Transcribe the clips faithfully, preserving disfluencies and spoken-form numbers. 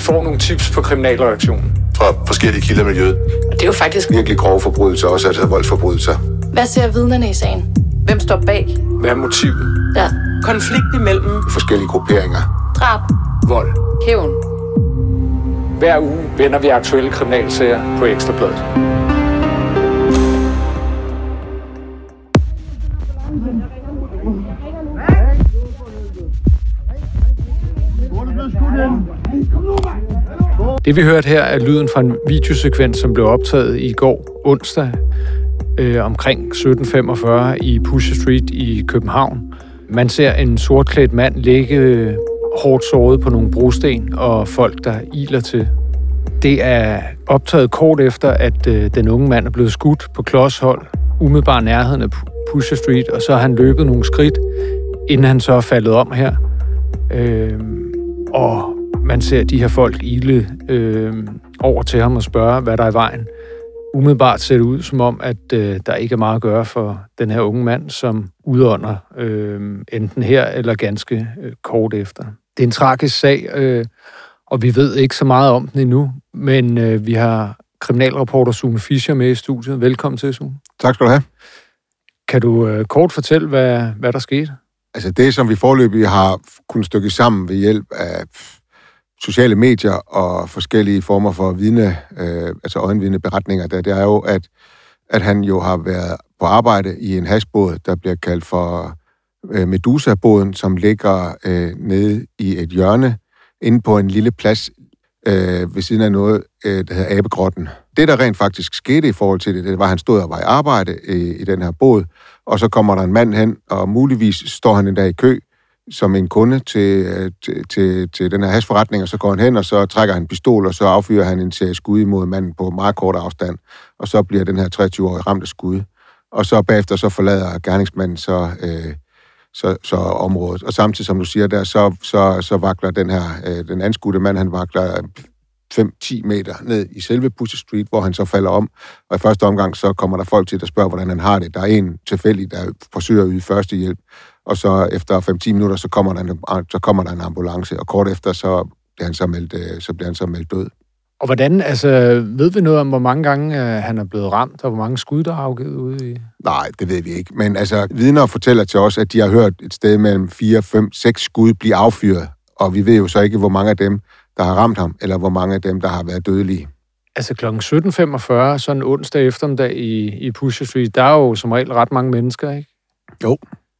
får nogle tips på kriminalreaktionen fra forskellige kilder i miljøet. Og det er jo faktisk virkelig grove forbrydelser, også altså voldsforbrydelser. Hvad ser vidnerne i sagen? Hvem står bag? Hvad er motivet? Ja. Konflikt imellem forskellige grupperinger. Drab. Vold. Hævn. Hver uge vender vi aktuelle kriminalsager på Ekstra Bladet. Det vi hørte her er lyden fra en videosekvens, som blev optaget i går onsdag øh, omkring sytten femogfyrre i Pusher Street i København. Man ser en sortklædt mand ligge øh, hårdt såret på nogle brosten og folk, der iler til. Det er optaget kort efter, at øh, den unge mand er blevet skudt på klodshold, umiddelbart nærheden af Pusher Street, og så har han løbet nogle skridt, inden han så er faldet om her. Øh, og man ser de her folk ile øh, over til ham og spørge, hvad der er i vejen. Umiddelbart ser det ud som om, at øh, der ikke er meget at gøre for den her unge mand, som udånder øh, enten her eller ganske øh, kort efter. Det er en tragisk sag, øh, og vi ved ikke så meget om den endnu, men øh, vi har kriminalreporter Sune Fischer med i studiet. Velkommen til, Sune. Tak skal du have. Kan du øh, kort fortælle, hvad, hvad der skete? Altså det, som vi foreløbig har kunnet stykke sammen ved hjælp af sociale medier og forskellige former for vidne, øh, altså øjenvidneberetninger, der, det er jo, at, at han jo har været på arbejde i en hashbåd, der bliver kaldt for øh, Medusa-båden, som ligger øh, nede i et hjørne, inde på en lille plads øh, ved siden af noget, øh, der hedder Abegrotten. Det, der rent faktisk skete i forhold til det, det var, at han stod og var i arbejde i, i den her båd, og så kommer der en mand hen, og muligvis står han endda i kø, som en kunde til, til, til, til den her hashforretning, og så går han hen, og så trækker han en pistol, og så affyrer han en serie skud imod manden på meget kort afstand, og så bliver den her treogtyve-årige ramt af skud. Og så bagefter så forlader gerningsmanden så, øh, så, så området. Og samtidig, som du siger der, så, så, så vakler den her, øh, den anskudte mand, han vakler fem til ti meter ned i selve Pusher Street, hvor han så falder om. Og i første omgang, så kommer der folk til, der spørger, hvordan han har det. Der er en tilfældig, der forsøger at yde første hjælp. Og så efter fem til ti minutter, så kommer, der en, så kommer der en ambulance, og kort efter, så bliver han så meldt, så bliver han så meldt død. Og hvordan, altså, ved vi noget om, hvor mange gange øh, han er blevet ramt, og hvor mange skud, der er afgivet ude i? Nej, det ved vi ikke. Men altså, vidner fortæller til os, at de har hørt et sted mellem fire, fem, seks skud blive affyret, og vi ved jo så ikke, hvor mange af dem, der har ramt ham, eller hvor mange af dem, der har været dødelige. Altså klokken sytten femogfyrre, sådan onsdag eftermiddag i, i Pusher Street, der er jo som regel ret mange mennesker, ikke? Jo.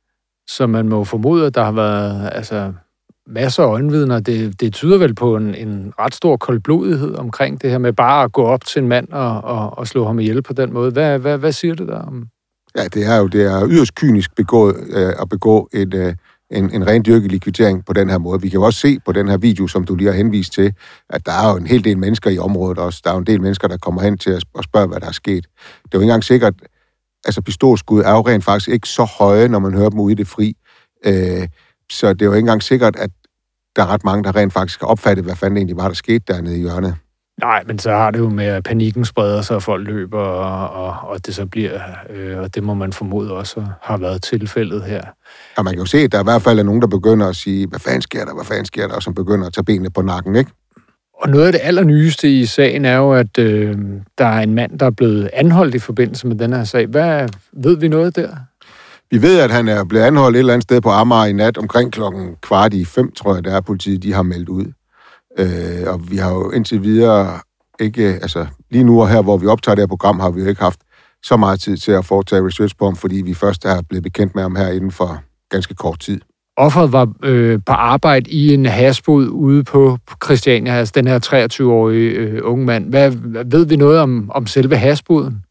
Så man må formode, at der har været altså, masser af øjenvidner. Det, det tyder vel på en, en ret stor koldblodighed omkring det her med bare at gå op til en mand og, og, og slå ham ihjel på den måde. Hvad, hvad, hvad siger det der om? Ja, det er jo det er yderst kynisk begået, øh, at begå et, øh, en, en ren dyrkelig kvittering på den her måde. Vi kan jo også se på den her video, som du lige har henvist til, at der er jo en hel del mennesker i området også. Der er jo en del mennesker, der kommer hen til at spørge, hvad der er sket. Det er jo ikke engang sikkert, altså pistolskud er jo rent faktisk ikke så høje, når man hører dem ude i det fri. Øh, så det er jo ikke engang sikkert, at der er ret mange, der rent faktisk har opfattet, hvad fanden egentlig var, der skete dernede i hjørnet. Nej, men så har det jo med, at panikken spreder sig, og folk løber, og, og, og det så bliver, øh, og det må man formode også har været tilfældet her. Og man kan jo se, at der i hvert fald er nogen, der begynder at sige, hvad fanden sker der, hvad fanden sker der, og som begynder at tage benene på nakken, ikke? Og noget af det allernyeste i sagen er jo, at øh, der er en mand, der er blevet anholdt i forbindelse med den her sag. Hvad ved vi noget der? Vi ved, at han er blevet anholdt et eller andet sted på Amager i nat, omkring klokken kvart i fem, tror jeg, der er politiet, de har meldt ud. Øh, og vi har jo indtil videre ikke, altså lige nu og her, hvor vi optager det her program, har vi jo ikke haft så meget tid til at foretage research på ham, fordi vi først er blevet bekendt med ham her inden for ganske kort tid. Offeret var øh, på arbejde i en hashbåd ude på Christiania, altså den her treogtyve-årige øh, unge mand. Hvad, ved vi noget om, om selve hashbåden?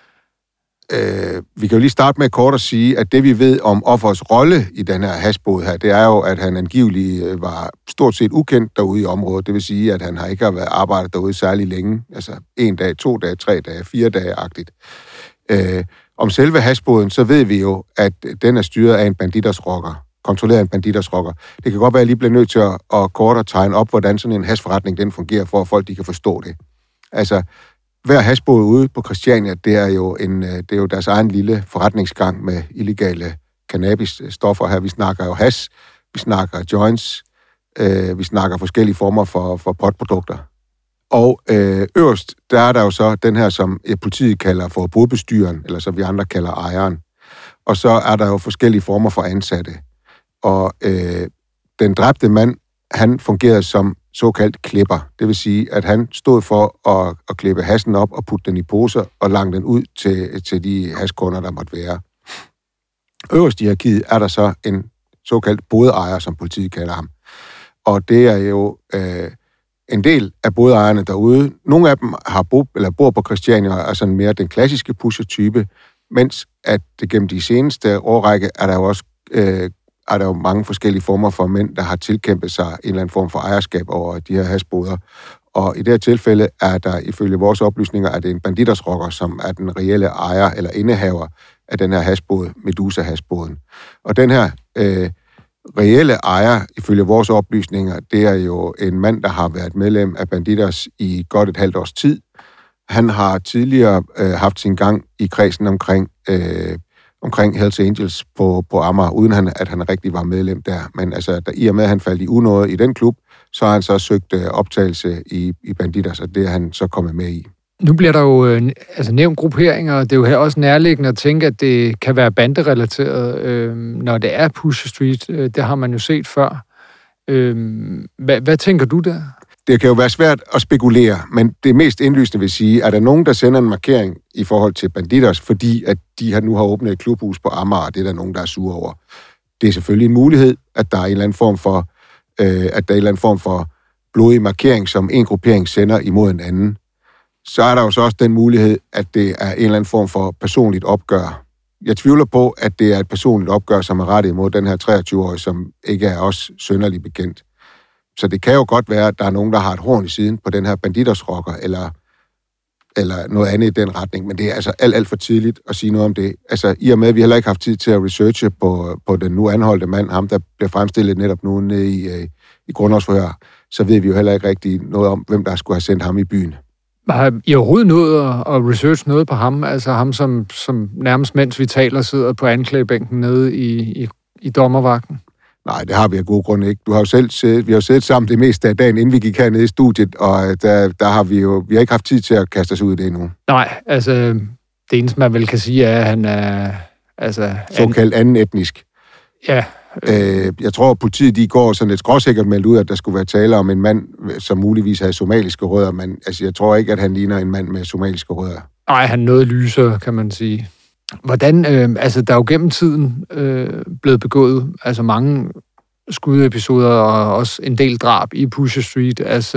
Øh, vi kan jo lige starte med kort at sige, at det vi ved om offers rolle i den her hashbåd her, det er jo, at han angiveligt var stort set ukendt derude i området. Det vil sige, at han har ikke været arbejdet derude særlig længe. Altså en dag, to dage, tre dage, fire dage-agtigt. Øh, om selve hashbåden, så ved vi jo, at den er styret af en banditersrocker. Kontrolleret af en banditersrocker. Det kan godt være, at jeg lige bliver nødt til at, at kort og tegne op, hvordan sådan en hashforretning den fungerer, for at folk de kan forstå det. Altså, hver hashbåd ude på Christiania, det er jo en, det er jo deres egen lille forretningsgang med illegale cannabisstoffer her. Vi snakker jo hash, vi snakker joints, Øh, vi snakker forskellige former for, for potprodukter. Og øh, øverst, der er der jo så den her, som politiet kalder for bodbestyreren, eller som vi andre kalder ejeren. Og så er der jo forskellige former for ansatte. Og øh, den dræbte mand, han fungerede som såkaldt klipper. Det vil sige, at han stod for at, at klippe hassen op og putte den i poser og lange den ud til, til de haskunder, der måtte være. Øverst i hierarkiet er der så en såkaldt bodeejer, som politiet kalder ham. Og det er jo øh, en del af bodeejerne derude. Nogle af dem har bo, eller bor på Christiania og er sådan mere den klassiske pusher-type, mens at det gennem de seneste årrække er der jo også øh, er der jo mange forskellige former for mænd, der har tilkæmpet sig en eller anden form for ejerskab over de her hashboder. Og i det her tilfælde er der ifølge vores oplysninger, at det er en banditersrocker, som er den reelle ejer eller indehaver af den her hashbod, Medusa-hashboden. Og den her øh, reelle ejer, ifølge vores oplysninger, det er jo en mand, der har været medlem af Banditers i godt et halvt års tid. Han har tidligere øh, haft sin gang i kredsen omkring, øh, omkring Hells Angels på, på Amager, uden han, at han rigtig var medlem der. Men altså, der, i og med, at han faldt i unåde i den klub, så har han så søgt øh, optagelse i, i Banditers, og det er han så kommet med i. Nu bliver der jo øh, altså nævnt grupperinger, og det er jo her også nærliggende at tænke, at det kan være banderelateret, øh, når det er Pusher Street. Øh, det har man jo set før. Øh, hvad, hvad tænker du der? Det kan jo være svært at spekulere, men det mest indlysende vil sige, er der nogen, der sender en markering i forhold til Banditers, fordi at de har nu har åbnet et klubhus på Amager, og det er der nogen, der er sure over. Det er selvfølgelig en mulighed, at der er en eller anden form for, øh, at der er en eller anden form for blodig markering, som en gruppering sender imod en anden. Så er der jo så også den mulighed, at det er en eller anden form for personligt opgør. Jeg tvivler på, at det er et personligt opgør, som er rettet imod den her treogtyve-årige, som ikke er også synderligt bekendt. Så det kan jo godt være, at der er nogen, der har et horn i siden på den her banditersrocker, eller, eller noget andet i den retning, men det er altså alt, alt for tidligt at sige noget om det. Altså, i og med, at vi heller ikke har haft tid til at researche på, på den nu anholdte mand, ham der bliver fremstillet netop nu nede i, i grundlovsforhør, så ved vi jo heller ikke rigtig noget om, hvem der skulle have sendt ham i byen. Har I overhovedet nået at researche noget på ham? Altså ham, som, som nærmest mens vi taler, sidder på anklagebænken nede i, i, i dommervagten? Nej, det har vi af gode grunde ikke. Du har jo selv siddet, vi har jo siddet sammen det meste af dagen, inden vi gik hernede i studiet, og der, der har vi jo vi har ikke haft tid til at kaste os ud i det endnu. Nej, altså det eneste, man vel kan sige, er, at han er... Altså, såkaldt anden etnisk. Ja. Øh, jeg tror, at politiet de går sådan lidt skråsikkert meldt ud, at der skulle være tale om en mand, som muligvis havde somaliske rødder, men altså, jeg tror ikke, at han ligner en mand med somaliske rødder. Nej, han er noget lyser, kan man sige. Hvordan, øh, altså der er jo gennem tiden øh, blevet begået altså mange skudepisoder og også en del drab i Pusher Street. Altså,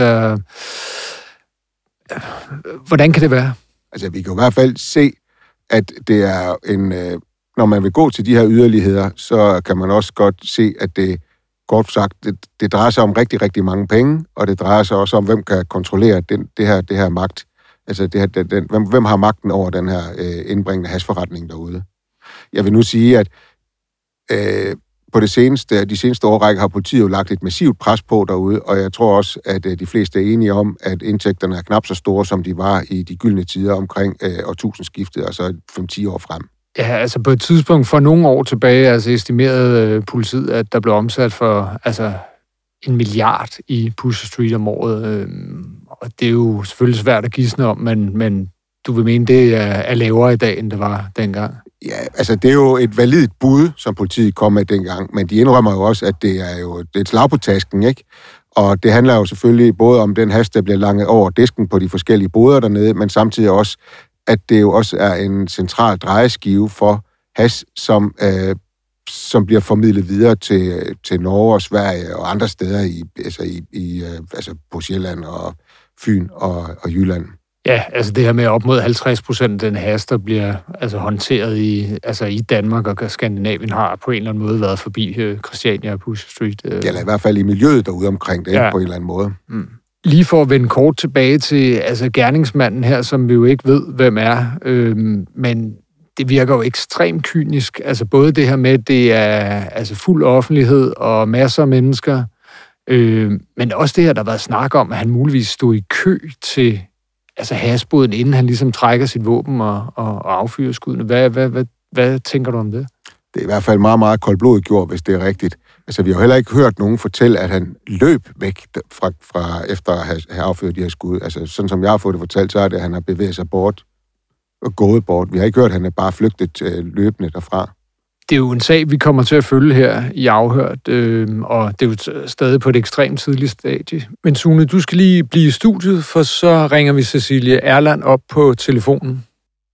øh, hvordan kan det være? Altså, vi kan jo i hvert fald se, at det er en... Øh, når man vil gå til de her yderligheder, så kan man også godt se, at det, kort sagt, det, det drejer sig om rigtig, rigtig mange penge, og det drejer sig også om, hvem kan kontrollere den, det, her, det her magt. Altså, det her, den, den, hvem, hvem har magten over den her øh, indbringende hashforretning derude? Jeg vil nu sige, at øh, på det seneste, de seneste årrække har politiet jo lagt et massivt pres på derude, og jeg tror også, at øh, de fleste er enige om, at indtægterne er knap så store, som de var i de gyldne tider omkring øh, årtusindskiftet, altså fem til ti år frem. Ja, altså på et tidspunkt for nogle år tilbage, altså estimerede øh, politiet, at der blev omsat for altså en milliard i Pusher Street om året. Øh, og det er jo selvfølgelig svært at gisne om, men, men du vil mene, det er, er lavere i dag, end det var dengang? Ja, altså det er jo et validt bud, som politiet kom med dengang, men de indrømmer jo også, at det er jo det er et slag på tasken, ikke? Og det handler jo selvfølgelig både om den hash, der bliver langet over disken på de forskellige boder dernede, men samtidig også at det jo også er en central drejeskive for hash, som, øh, som bliver formidlet videre til, til Norge og Sverige og andre steder i, altså, i, i, øh, altså på Sjælland og Fyn og, og Jylland. Ja, altså det her med op mod halvtreds procent af den hash, der bliver altså, håndteret i, altså, i Danmark og Skandinavien, har på en eller anden måde været forbi øh, Christiania og Pusher Street. Øh. Ja, eller i hvert fald i miljøet derude omkring det, ja. På en eller anden måde. Mm. Lige for at vende kort tilbage til altså gerningsmanden her, som vi jo ikke ved, hvem er, øhm, men det virker jo ekstremt kynisk. Altså både det her med, at det er altså fuld offentlighed og masser af mennesker, øhm, men også det her, der har været snak om, at han muligvis stod i kø til altså hashboden, inden han ligesom trækker sit våben og, og, og affyrer skuddene. Hvad, hvad, hvad, hvad tænker du om det? Det er i hvert fald meget, meget koldblodigt gjort, hvis det er rigtigt. Altså, vi har heller ikke hørt nogen fortælle, at han løb væk fra, fra efter at have, have affyret de her skud. Altså, sådan som jeg har fået det fortalt, så er det, at han har bevæget sig bort og gået bort. Vi har ikke hørt, at han er bare flygtet øh, løbende derfra. Det er jo en sag, vi kommer til at følge her i Afhørt, øh, og det er jo stadig på et ekstremt tidligt stadie. Men Sune, du skal lige blive i studiet, for så ringer vi Cecilie Erland op på telefonen.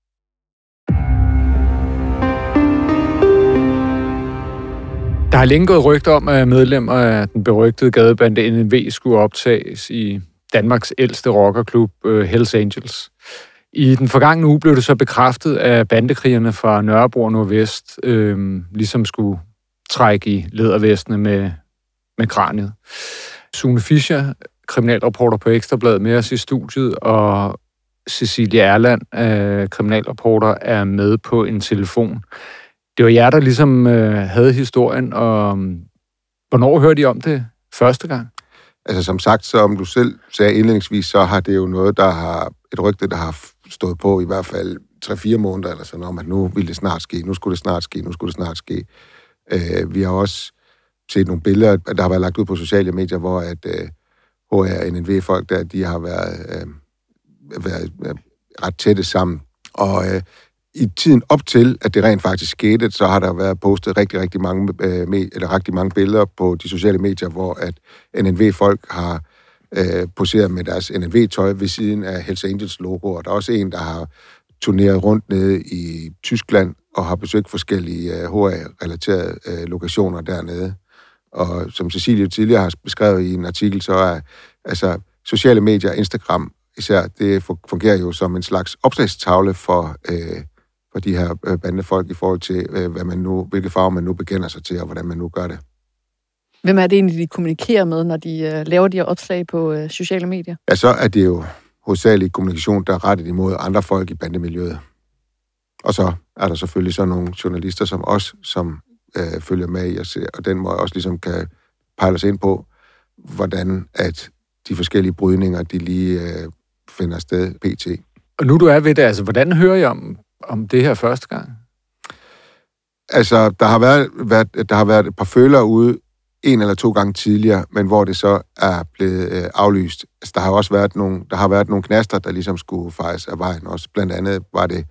Der har længe gået rygter om, at medlemmer af den berygtede gadebande N N V skulle optages i Danmarks ældste rockerklub, Hells Angels. I den forgangne uge blev det så bekræftet, at bandekrigerne fra Nørrebro og Nordvest øh, ligesom skulle trække i lædervestene med, med kraniet. Sune Fischer, kriminalreporter på Ekstrabladet, med os i studiet, og Cecilie Erland, øh, kriminalreporter, er med på en telefon. Det var jer, der ligesom øh, havde historien, og hvornår hørte I om det første gang? Altså som sagt, som du selv sagde indledningsvis, så har det jo noget, der har et rygte, der har stået på i hvert fald tre fire måneder, eller sådan om, at nu ville det snart ske, nu skulle det snart ske, nu skulle det snart ske. Øh, vi har også set nogle billeder, der har været lagt ud på sociale medier, hvor at øh, H R og N N V-folk der, de har været, øh, været øh, ret tætte sammen. Og øh, i tiden op til, at det rent faktisk skete, så har der været postet rigtig, rigtig mange, øh, med, eller rigtig mange billeder på de sociale medier, hvor at N N V-folk har øh, poseret med deres N N V-tøj ved siden af Hells Angels logo. Og der er også en, der har turneret rundt nede i Tyskland og har besøgt forskellige øh, H R-relaterede øh, lokationer dernede. Og som Cecilie tidligere har beskrevet i en artikel, så er altså sociale medier, Instagram især, det fungerer jo som en slags opslagstavle for øh, for de her bandefolk i forhold til, hvad man nu, hvilke farver man nu bekender sig til, og hvordan man nu gør det. Hvem er det egentlig, de kommunikerer med, når de uh, laver de her opslag på uh, sociale medier? Ja, så er det jo hovedsageligt kommunikation, der er rettet imod andre folk i bandemiljøet. Og så er der selvfølgelig så nogle journalister som os, som øh, følger med i og ser, og den måde også ligesom kan pejle os ind på, hvordan at de forskellige brydninger, de lige øh, finder sted pt. Og nu du er ved det, altså hvordan hører I om om det her første gang? Altså, der har været, været, der har været et par følere ude en eller to gange tidligere, men hvor det så er blevet øh, aflyst. Altså, der har også været nogle, der har været nogle knaster, der ligesom skulle fejes af vejen også. Blandt andet var det,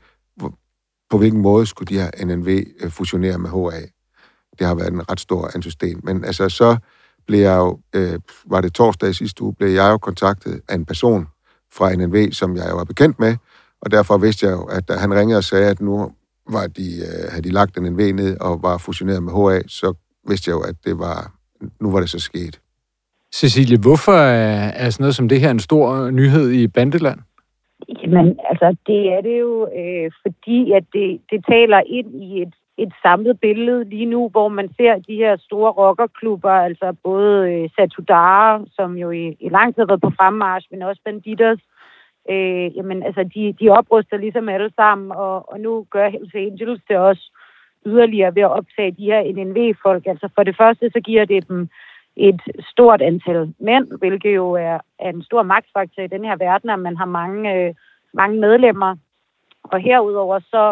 på hvilken måde skulle de her N N V fusionere med H A. Det har været en ret stor antystem. Men altså, så blev jeg jo, øh, var det torsdag sidste uge, blev jeg jo kontaktet af en person fra N N V, som jeg jo var bekendt med, og derfor vidste jeg jo, at da han ringede og sagde, at nu var de, øh, havde de lagt N N V ned og var fusioneret med H A, så vidste jeg jo, at det var, nu var det så sket. Cecilie, hvorfor er sådan noget som det her en stor nyhed i bandeland? Jamen, altså, det er det jo, øh, fordi at det, det taler ind i et, et samlet billede lige nu, hvor man ser de her store rockerklubber, altså både øh, Satudara, som jo i, i lang tid har været på fremmarch, men også Bandidos. Øh, jamen, altså, de, de opruster ligesom alle sammen, og, og nu gør Hells Angels det også yderligere ved at optage de her N N V-folk. Altså, for det første, så giver det dem et stort antal mænd, hvilket jo er, er en stor magtfaktor i den her verden, at man har mange, øh, mange medlemmer. Og herudover så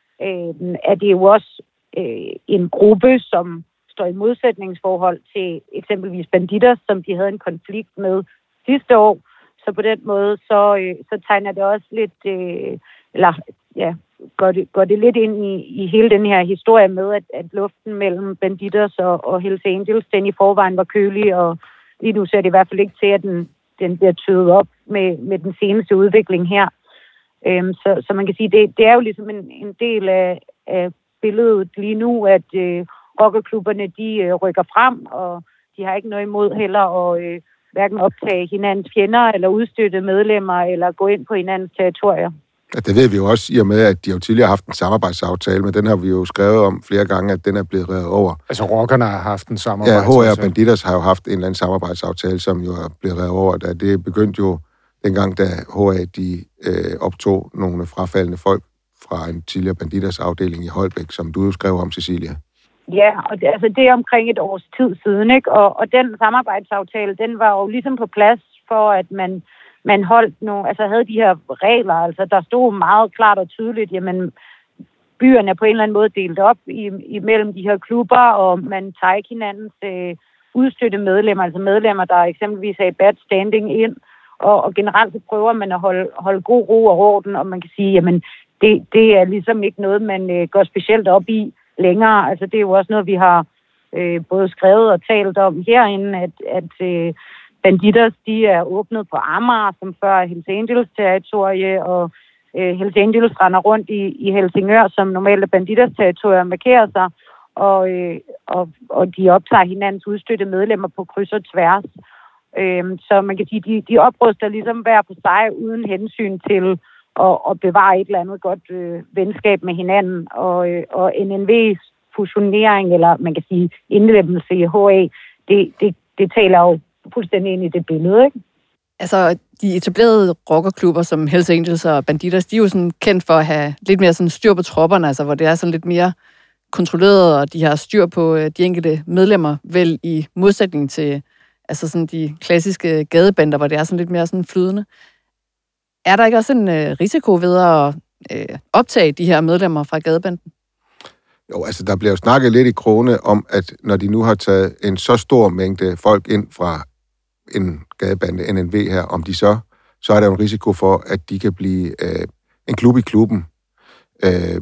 øh, er det jo også øh, en gruppe, som står i modsætningsforhold til eksempelvis Bandidos, som de havde en konflikt med sidste år. Så på den måde, så, øh, så tegner det også lidt, øh, eller ja, går det, går det lidt ind i, i hele den her historie med, at, at luften mellem Bandidos og, og Hells Angels, den i forvejen var kølig, og lige nu ser det i hvert fald ikke til, at den, den bliver tøet op med, med den seneste udvikling her. Øhm, så, så man kan sige, det, det er jo ligesom en, en del af, af billedet lige nu, at øh, rockerklubberne, de øh, rykker frem, og de har ikke noget imod heller at øh, hverken optage hinandens fjender, eller udstøtte medlemmer, eller gå ind på hinandens territorier. Ja, det ved vi jo også, i og med, at de jo tidligere har haft en samarbejdsaftale, men den har vi jo skrevet om flere gange, at den er blevet revet over. Altså rockerne har haft en samarbejdsaftale? Ja, H R og Bandidos har jo haft en eller anden samarbejdsaftale, som jo er blevet revet over. Da det begyndte jo dengang, da H R de øh, optog nogle frafaldende folk fra en tidligere Bandidos afdeling i Holbæk, som du jo skrev om, Cecilia. Ja, og det, altså det er omkring et års tid siden, ikke? Og, og den samarbejdsaftale, den var jo ligesom på plads for, at man man holdt nogle, altså havde de her regler, altså der stod meget klart og tydeligt, jamen byerne er på en eller anden måde delt op i, imellem de her klubber, og man tager ikke hinandens øh, udstøtte medlemmer, altså medlemmer, der eksempelvis er i bad standing ind, og, og generelt så prøver man at holde, holde god ro og orden, og man kan sige, jamen det, det er ligesom ikke noget, man øh, går specielt op i længere. Altså det er jo også noget, vi har øh, både skrevet og talt om herinde, at, at øh, Bandidos, de er åbnet på Amager, som før er Hells Angels territorie, og øh, Hells Angels render rundt i, i Helsingør, som normalt er Bandidos territorie, markerer sig, og, øh, og, og de optager hinandens udstøtte medlemmer på kryds og tværs. Øh, så man kan sige, de, de opruster ligesom hver på sig, uden hensyn til at, at bevare et eller andet godt øh, venskab med hinanden, og, øh, og N N V's fusionering, eller man kan sige indlemmelse i H A, det, det, det taler jo fuldstændig ind i det billede, ikke? Altså, de etablerede rockerklubber som Hells Angels og Bandidos, de er jo sådan kendt for at have lidt mere sådan styr på tropperne, altså hvor det er sådan lidt mere kontrolleret, og de har styr på de enkelte medlemmer, vel i modsætning til altså sådan de klassiske gadebander, hvor det er sådan lidt mere sådan flydende. Er der ikke også en øh, risiko ved at øh, optage de her medlemmer fra gadebanden? Jo, altså der bliver jo snakket lidt i krone om, at når de nu har taget en så stor mængde folk ind fra en gadebande, N N V her, om de så, så er der jo en risiko for, at de kan blive øh, en klub i klubben. Øh,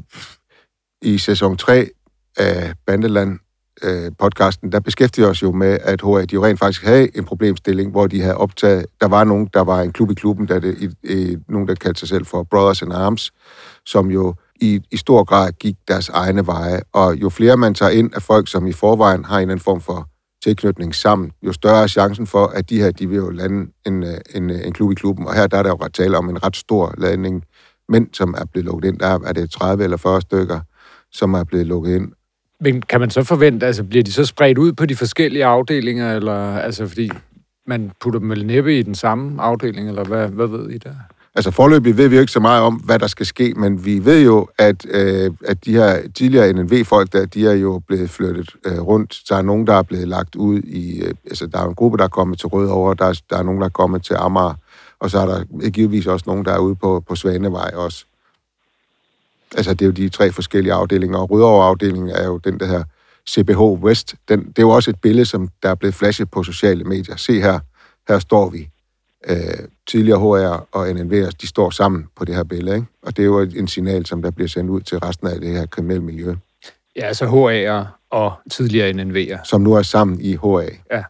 I sæson tre af Bandeland øh, podcasten, der beskæftiger os jo med, at H A, de jo rent faktisk havde en problemstilling, hvor de havde optaget, der var nogen, der var en klub i klubben, der det, i, i, nogen, der kaldte sig selv for Brothers in Arms, som jo i, i stor grad gik deres egne veje. Og jo flere man tager ind af folk, som i forvejen har en eller anden form for tilknytning sammen, jo større er chancen for, at de her, de vil jo lande en, en, en klub i klubben. Og her der er der jo ret tale om en ret stor landing mænd, som er blevet lukket ind. Der er det tredive eller fyrre stykker, som er blevet lukket ind. Men kan man så forvente, altså bliver de så spredt ud på de forskellige afdelinger, eller altså fordi man putter dem vel næppe i den samme afdeling, eller hvad, hvad ved I der? Altså foreløbig ved vi jo ikke så meget om, hvad der skal ske, men vi ved jo, at, øh, at de her tidligere N N V-folk, der, de er jo blevet flyttet øh, rundt. Der er nogen, der er blevet lagt ud i... Øh, altså, der er en gruppe, der er kommet til Rødovre, der er, der er nogen, der er kommet til Amager, og så er der givetvis også nogen, der er ude på, på Svanevej også. Altså, det er jo de tre forskellige afdelinger, og Rødovre-afdelingen er jo den der her C B H West. Den, det er jo også et billede, som der er blevet flashet på sociale medier. Se her, her står vi. Øh, tidligere H A'er og N N V'er, de står sammen på det her billede, ikke? Og det er jo en signal, som der bliver sendt ud til resten af det her kriminelle miljø. Ja, altså H A'er og tidligere N N V'er. Som nu er sammen i H A. Ja.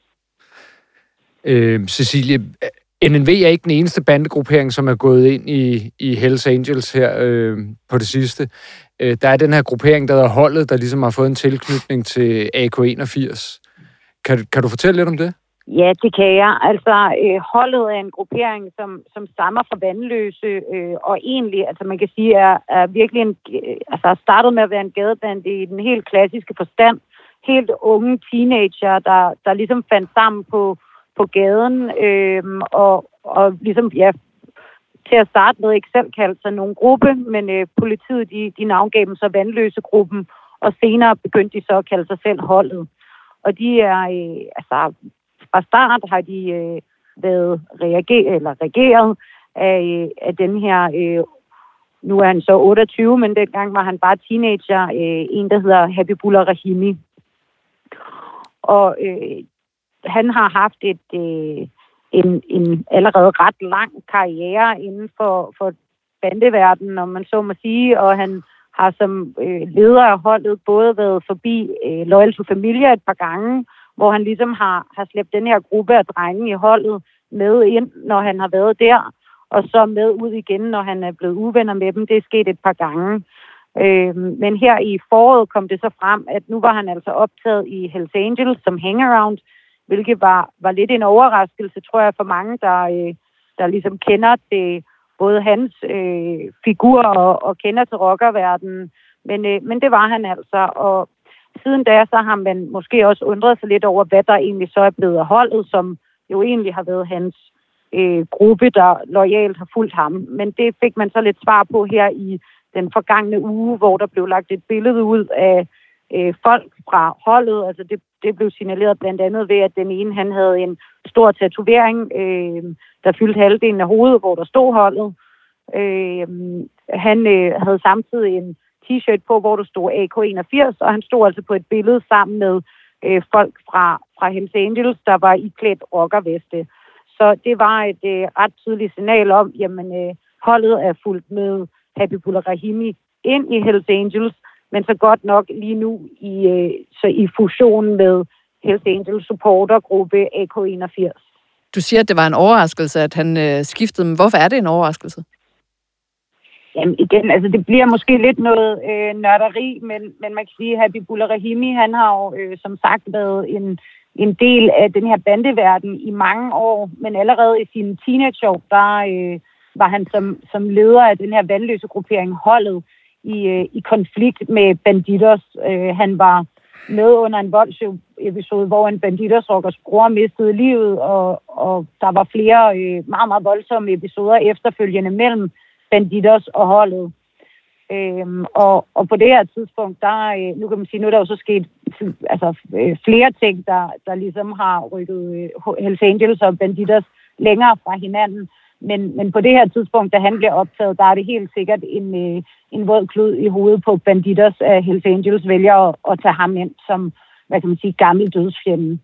Øh, Cecilie, N N V er ikke den eneste bandegruppering, som er gået ind i, i Hells Angels her øh, på det sidste. Øh, der er den her gruppering, der hedder Holdet, der ligesom har fået en tilknytning til A K enogfirs. Kan, kan du fortælle lidt om det? Ja, det kan jeg. Altså, øh, Holdet er en gruppering, som, som stammer fra Vandløse, øh, og egentlig, altså man kan sige, er, er virkelig en, øh, altså har startet med at være en gadebande i den helt klassiske forstand. Helt unge teenager, der, der ligesom fandt sammen på, på gaden, øh, og, og ligesom, ja, til at starte med ikke selv kaldte sig nogen gruppe, men øh, politiet, de, de navngav dem så Vandløse-gruppen, og senere begyndte de så at kalde sig selv Holdet. Og de er, øh, altså... Fra start har de øh, været reager- eller regeret af, af den her, øh, nu er han så otteogtyve, men dengang var han bare teenager, øh, en der hedder Habibullah Rahimi. Og øh, han har haft et, øh, en, en allerede ret lang karriere inden for, for bandeverdenen, om man så må sige, og han har som øh, leder af holdet både været forbi øh, Loyal to Familia et par gange, hvor han ligesom har, har slæbt den her gruppe af drenge i holdet med ind, når han har været der, og så med ud igen, når han er blevet uvenner med dem. Det er sket et par gange. Øh, men her i foråret kom det så frem, at nu var han altså optaget i Hells Angels som hangaround, hvilket var, var lidt en overraskelse, tror jeg, for mange, der, øh, der ligesom kender til både hans øh, figur og, og kender til rockerverdenen. Men, øh, men det var han altså, og siden da, så har man måske også undret sig lidt over, hvad der egentlig så er blevet af holdet, som jo egentlig har været hans øh, gruppe, der loyalt har fulgt ham. Men det fik man så lidt svar på her i den forgangne uge, hvor der blev lagt et billede ud af øh, folk fra holdet. Altså det, det blev signaleret blandt andet ved, at den ene han havde en stor tatovering, øh, der fyldte halvdelen af hovedet, hvor der stod holdet. Øh, han øh, havde samtidig en t-shirt på, hvor der stod A K enogfirs, og han stod altså på et billede sammen med øh, folk fra, fra Hells Angels, der var iklædt rockerveste. Så det var et øh, ret tydeligt signal om, jamen øh, holdet er fuldt med Habibullah Rahimi ind i Hells Angels, men så godt nok lige nu i, øh, så i fusionen med Hells Angels supportergruppe A K enogfirs. Du siger, at det var en overraskelse, at han øh, skiftede, men hvorfor er det en overraskelse? Jamen igen, altså det bliver måske lidt noget øh, nørderi, men, men man kan sige, at Habibullah Rahimi, han har jo øh, som sagt været en, en del af den her bandeverden i mange år, men allerede i sine teenageår, der øh, var han som, som leder af den her vandløse gruppering holdet i, øh, i konflikt med Bandidos. Øh, han var med under en voldsepisode, hvor en Bandidos rockers bror mistede livet, og, og der var flere øh, meget, meget voldsomme episoder efterfølgende mellem Bandidos og holdet. Øhm, og, og på det her tidspunkt, der, øh, nu kan man sige, nu er der jo så sket altså, øh, flere ting, der, der ligesom har rykket øh, Hells Angels og Bandidos længere fra hinanden. Men, men på det her tidspunkt, da han bliver optaget, der er det helt sikkert en, øh, en våd klud i hovedet på Bandidos, at Hells Angels vælger at, at tage ham ind som, hvad kan man sige, gammel dødsfjende.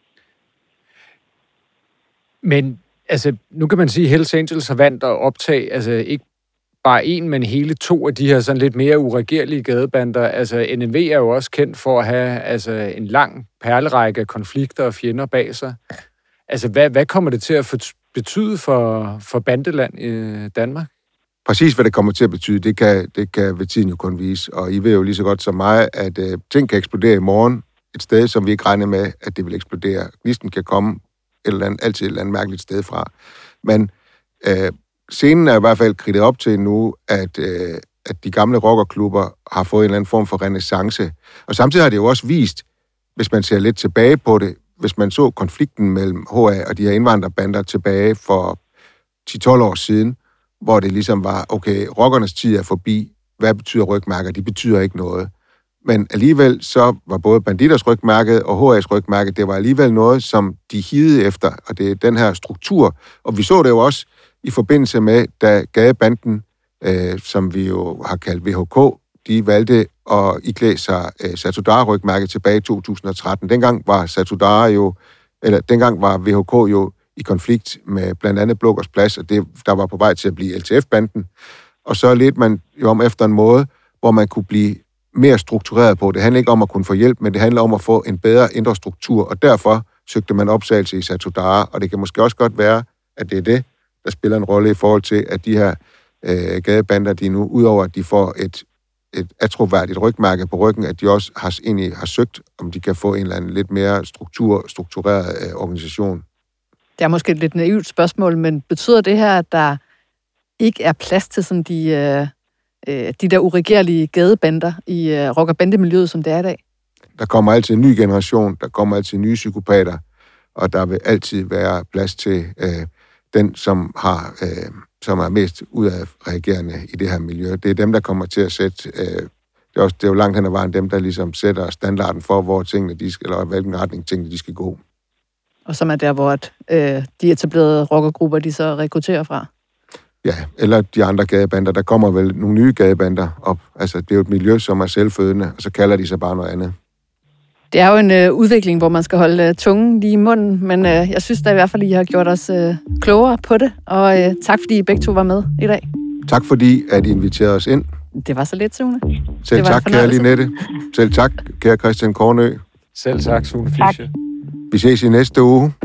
Men altså, nu kan man sige, at Hells Angels har valgt at optage, altså ikke bare en, men hele to af de her sådan lidt mere uregerlige gadebander. Altså, N N V er jo også kendt for at have altså, en lang perlerække af konflikter og fjender bag sig. Altså, hvad, hvad kommer det til at betyde for, for bandeland i Danmark? Præcis, hvad det kommer til at betyde, det kan, det kan ved tiden jo kun vise. Og I ved jo lige så godt som mig, at uh, ting kan eksplodere i morgen et sted, som vi ikke regner med, at det vil eksplodere. Gnisten kan komme et eller andet, altid et eller andet mærkeligt sted fra. Men uh, scenen er i hvert fald kridtet op til nu, at, uh, at de gamle rockerklubber har fået en eller anden form for renæssance. Og samtidig har det jo også vist, hvis man ser lidt tilbage på det, hvis man så konflikten mellem H A og de her indvandrerbander tilbage for ti til tolv år siden, hvor det ligesom var, okay, rockernes tid er forbi. Hvad betyder rygmærker? De betyder ikke noget. Men alligevel så var både Bandidos rygmærke og H A's rygmærke, det var alligevel noget, som de hidede efter, og det er den her struktur. Og vi så det jo også i forbindelse med, da gadebanden, øh, som vi jo har kaldt V H K, de valgte at iklæde sig øh, Satudarah-rygmærke tilbage i to tusind og tretten. Dengang var Satudarah jo, eller dengang var V H K jo i konflikt med blandt andet Blågårds Plads, og det, der var på vej til at blive L T F-banden. Og så ledte man jo om efter en måde, hvor man kunne blive mere struktureret på. Det handler ikke om at kunne få hjælp, men det handler om at få en bedre indre struktur, og derfor søgte man opsagelse i Satudarah, og det kan måske også godt være, at det er det, der spiller en rolle i forhold til, at de her øh, gadebander, de nu, udover at de får et et atroværdigt rygmærke på ryggen, at de også har, egentlig har søgt, om de kan få en eller anden lidt mere struktur, struktureret øh, organisation. Det er måske et lidt naivt spørgsmål, men betyder det her, at der ikke er plads til sådan de, øh, de der uregerlige gadebander i øh, rock- og bandemiljøet, som det er i dag? Der kommer altid en ny generation, der kommer altid nye psykopater, og der vil altid være plads til øh, den, som har... Øh, som er mest udadreagerende i det her miljø. Det er dem, der kommer til at sætte... Øh, det, er også, det er jo langt hen ad vejen dem, der ligesom sætter standarden for, hvor tingene, de skal, eller hvilken retning tingene, de skal gå. Og som er der, hvor at, øh, de etablerede rockergrupper, de så rekrutterer fra? Ja, eller de andre gadebander. Der kommer vel nogle nye gadebander op. Altså, det er jo et miljø, som er selvfødende, og så kalder de sig bare noget andet. Det er jo en øh, udvikling, hvor man skal holde øh, tungen lige i munden, men øh, jeg synes da i hvert fald, at I har gjort os øh, klogere på det, og øh, tak fordi I begge to var med i dag. Tak fordi, at I inviterede os ind. Det var så lidt, Sune. Selv tak, kære Linette. Selv tak, kære Christian Kornø. Selv tak, Sune Fischer. Vi ses i næste uge.